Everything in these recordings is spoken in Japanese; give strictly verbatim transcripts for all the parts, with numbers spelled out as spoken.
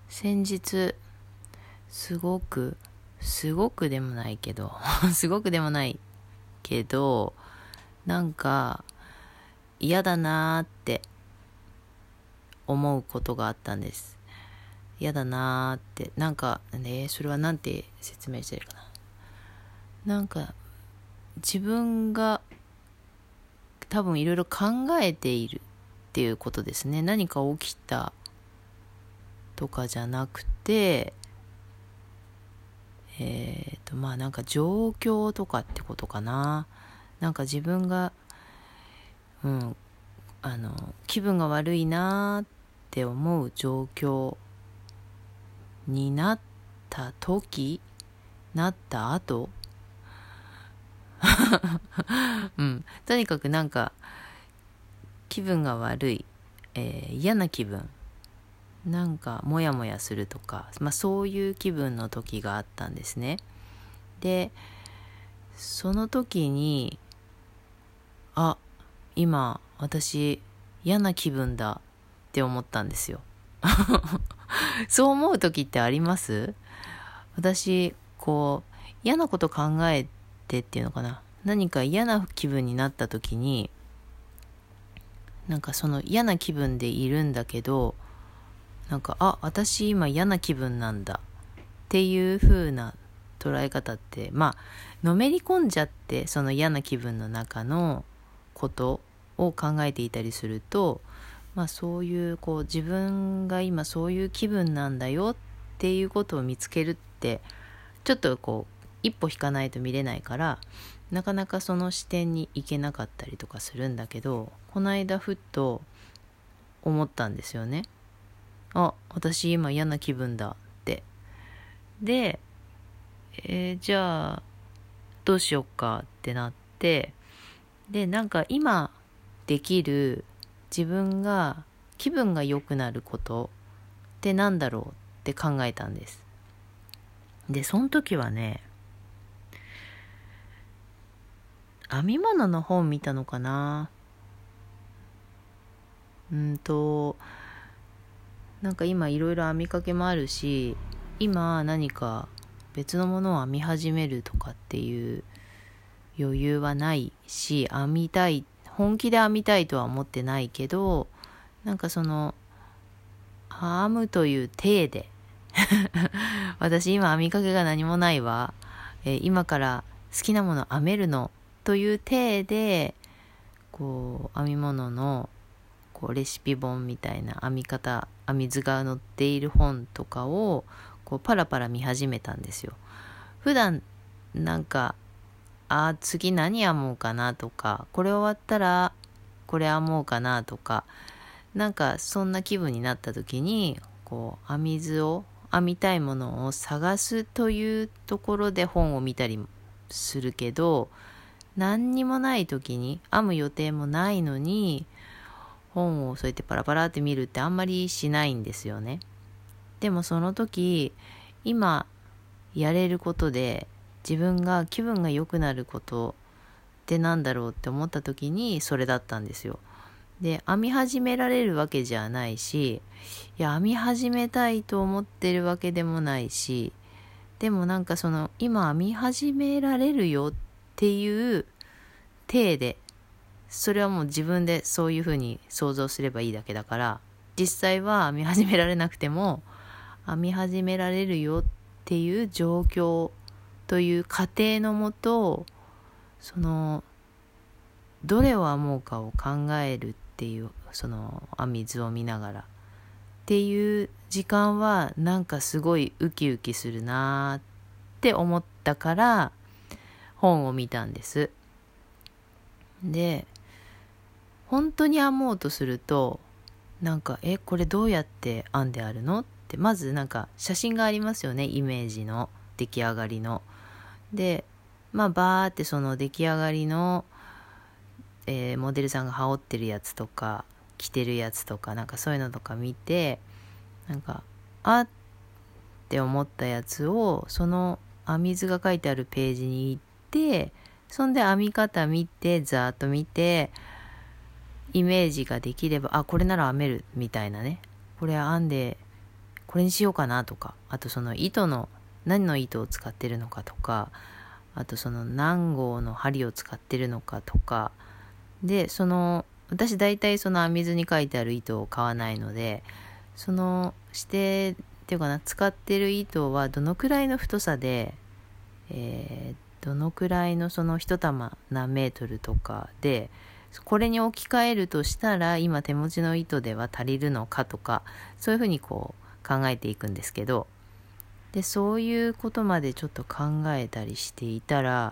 先日すごくすごくでもないけどすごくでもないけどなんか嫌だなーって思うことがあったんです。嫌だなーってなんかね、それはなんて説明してるかな。なんか自分が多分いろいろ考えているっていうことですね。何か起きたとかじゃなくて、えーとまあなんか状況とかってことかな。なんか自分がうんあの気分が悪いなって思う状況になった時、なった後うんとにかくなんか気分が悪い、えー、嫌な気分、なんかモヤモヤするとか、まあそういう気分の時があったんですね。でその時にあ今私嫌な気分だって思ったんですよそう思う時ってあります？私こう嫌なこと考えてっていうのかな、何か嫌な気分になった時になんかその嫌な気分でいるんだけど、なんかあ私今嫌な気分なんだっていう風な捉え方って、まあのめり込んじゃってその嫌な気分の中のことを考えていたりすると、まあそういうこう自分が今そういう気分なんだよっていうことを見つけるってちょっとこう一歩引かないと見れないから、なかなかその視点に行けなかったりとかするんだけど、この間ふっと思ったんですよね。あ、私今嫌な気分だって。で、えーじゃあどうしよっかってなって、でなんか今できる自分が気分が良くなることってなんだろうって考えたんです。でその時はね、編み物の本見たのかな。うんとなんか今いろいろ編みかけもあるし、今何か別のものを編み始めるとかっていう余裕はないし、編みたい、本気で編みたいとは思ってないけど、なんかその編むという体で私今編みかけが何もないわ、えー今から好きなもの編めるのという体でこう編み物のこうレシピ本みたいな編み方、編み図が載っている本とかをこうパラパラ見始めたんですよ。普段なんかあ次何編もうかなとか、これ終わったらこれ編もうかなとか、なんかそんな気分になった時にこう編み図を編みたいものを探すというところで本を見たりするけど、何にもない時に編む予定もないのに本をそうやってパラパラって見るってあんまりしないんですよね。でもその時今やれることで自分が気分が良くなることってなんだろうって思った時にそれだったんですよ。で編み始められるわけじゃないし、いや編み始めたいと思ってるわけでもないし、でもなんかその今編み始められるよっていう体で、それはもう自分でそういうふうに想像すればいいだけだから、実際は編み始められなくても編み始められるよっていう状況という過程のもと、そのどれを編もうかを考えるっていう、その編み図を見ながらっていう時間はなんかすごいウキウキするなーって思ったから本を見たんです。で本当に編もうとするとなんかえこれどうやって編んであるのってまずなんか写真がありますよね、イメージの出来上がりの。でまあバーってその出来上がりの、えーモデルさんが羽織ってるやつとか着てるやつとかなんかそういうのとか見て、なんかあって思ったやつをその編み図が書いてあるページに行って、そんで編み方見てざーっと見てイメージができれば、あこれなら編めるみたいなね、これ編んでこれにしようかなとか、あとその糸の何の糸を使ってるのかとか、あとその何号の針を使ってるのかとかで、その私大体その編み図に書いてある糸を買わないので、そのしてっていうかな、使ってる糸はどのくらいの太さで、えー、どのくらいのその一玉何メートルとかで、これに置き換えるとしたら今手持ちの糸では足りるのかとか、そういうふうにこう考えていくんですけど、でそういうことまでちょっと考えたりしていたら、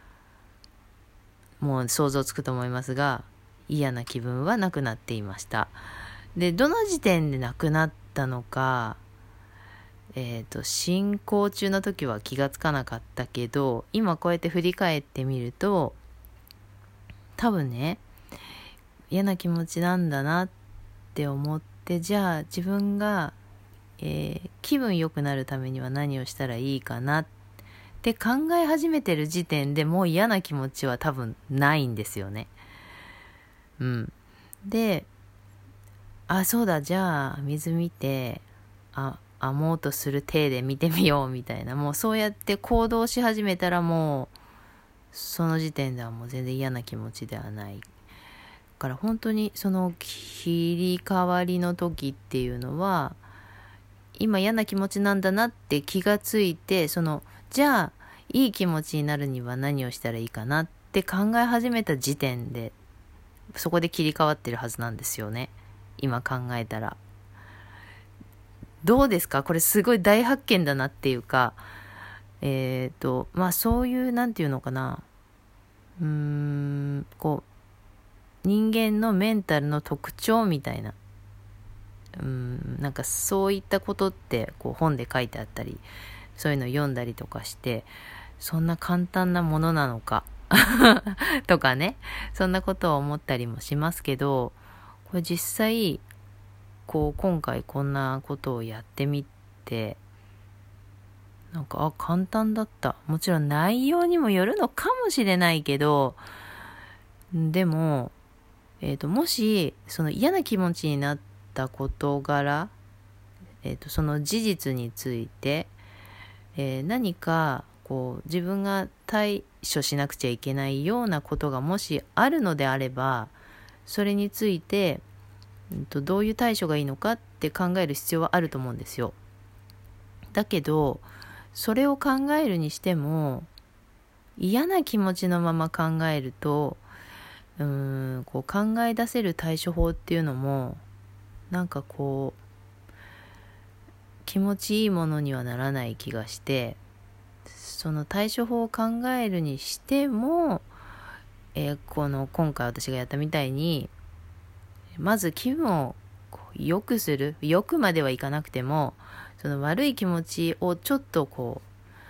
もう想像つくと思いますが、嫌な気分はなくなっていました。でどの時点でなくなったのか、えっと進行中の時は気がつかなかったけど、今こうやって振り返ってみると、多分ね、嫌な気持ちなんだなって思って、じゃあ自分が、えー、気分良くなるためには何をしたらいいかなって考え始めてる時点でもう嫌な気持ちは多分ないんですよね。うん。で、あ、そうだ、じゃあ水見て、あ、編もうとする体で見てみようみたいな、もうそうやって行動し始めたら、もうその時点ではもう全然嫌な気持ちではない。だから本当にその切り替わりの時っていうのは、今嫌な気持ちなんだなって気がついて、そのじゃあいい気持ちになるには何をしたらいいかなって考え始めた時点で、そこで切り替わってるはずなんですよね、今考えたら。どうですか？これすごい大発見だなっていうか、えっとまあそういうなんていうのかな、うーんこう人間のメンタルの特徴みたいな、うーんなんかそういったことってこう本で書いてあったり、そういうの読んだりとかして、そんな簡単なものなのかとかね、そんなことを思ったりもしますけど、これ実際こう今回こんなことをやってみて、なんかあ簡単だった。もちろん内容にもよるのかもしれないけど、でも、えーと、もしその嫌な気持ちになった事柄、えーと、その事実について、えー、何かこう自分が対処しなくちゃいけないようなことがもしあるのであれば、それについて、うん、とどういう対処がいいのかって考える必要はあると思うんですよ。だけどそれを考えるにしても、嫌な気持ちのまま考えると、うーんこう考え出せる対処法っていうのもなんかこう気持ちいいものにはならない気がして、その対処法を考えるにしても、えー、この今回私がやったみたいに、まず気分を良くする、良くまではいかなくても、その悪い気持ちをちょっとこ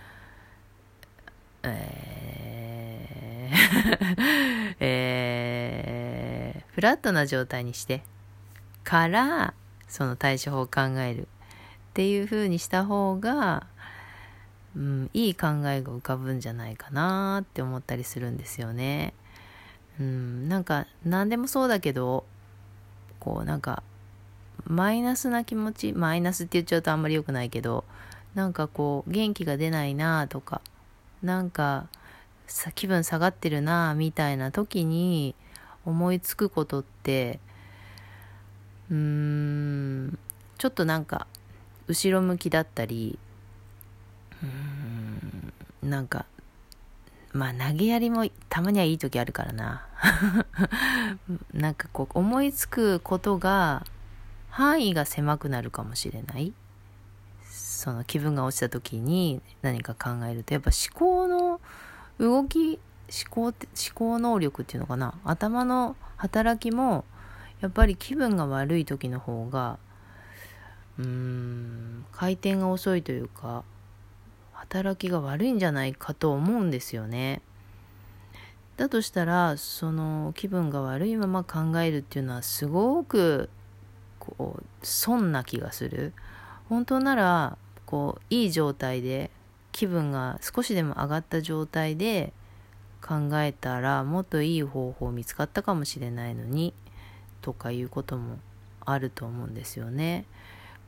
う、えーえー、フラットな状態にしてからその対処法を考えるっていう風にした方が、うん、いい考えが浮かぶんじゃないかなって思ったりするんですよね。うん、なんか何でもそうだけど、こうなんかマイナスな気持ち、マイナスって言っちゃうとあんまり良くないけど、なんかこう元気が出ないなとか、なんかさ気分下がってるなみたいな時に思いつくことって、うーんちょっとなんか後ろ向きだったり、うーんなんかまあ投げやりもたまにはいい時あるからななんかこう思いつくことが範囲が狭くなるかもしれない。その気分が落ちた時に何か考えると、やっぱ思考の動き、思考って思考能力っていうのかな、頭の働きもやっぱり気分が悪い時の方がうーん回転が遅いというか、働きが悪いんじゃないかと思うんですよね。だとしたら、その気分が悪いまま考えるっていうのはすごくこう損な気がする。本当ならこういい状態で、気分が少しでも上がった状態で考えたらもっといい方法見つかったかもしれないのにとかいうこともあると思うんですよね。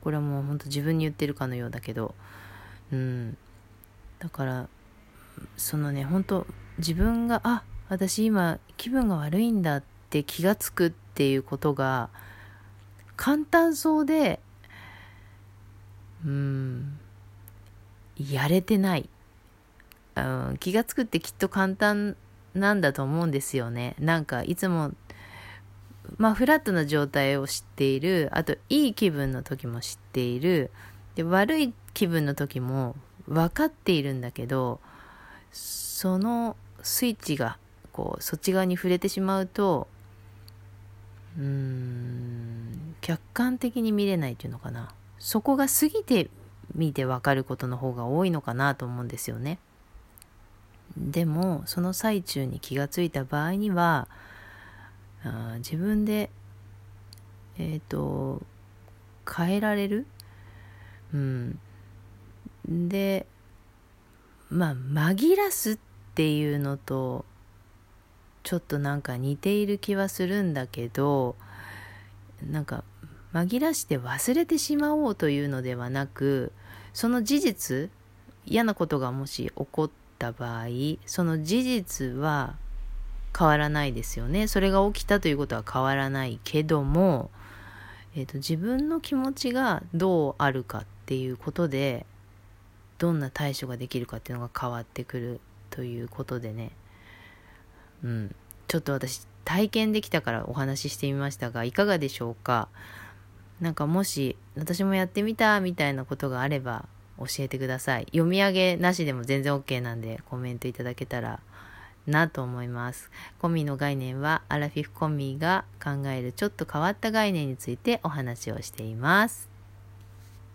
これはもう本当自分に言ってるかのようだけど、うん、だからそのね、本当自分があ私今気分が悪いんだって気がつくっていうことが簡単そうで、うーんやれてない、うん、気がつくってきっと簡単なんだと思うんですよね。なんかいつもまあフラットな状態を知っている、あといい気分の時も知っている、で悪い気分の時も分かっているんだけど、そのスイッチがこうそっち側に触れてしまうと、うーん客観的に見れないというのかな、そこが過ぎて見て分かることの方が多いのかなと思うんですよね。でもその最中に気がついた場合には、あ自分でえっと変えられる、うんでまあ紛らすっていうのとちょっとなんか似ている気はするんだけど、なんか紛らして忘れてしまおうというのではなく、その事実、嫌なことがもし起こった場合、その事実は変わらないですよね。それが起きたということは変わらないけども、えーと、自分の気持ちがどうあるかっていうことでどんな対処ができるかっていうのが変わってくるということでね、うん、ちょっと私体験できたからお話ししてみましたが、いかがでしょうか。なんかもし私もやってみたみたいなことがあれば教えてください。読み上げなしでも全然 OK なんでコメントいただけたらなと思います。コミの概念はアラフィフコミが考えるちょっと変わった概念についてお話をしています。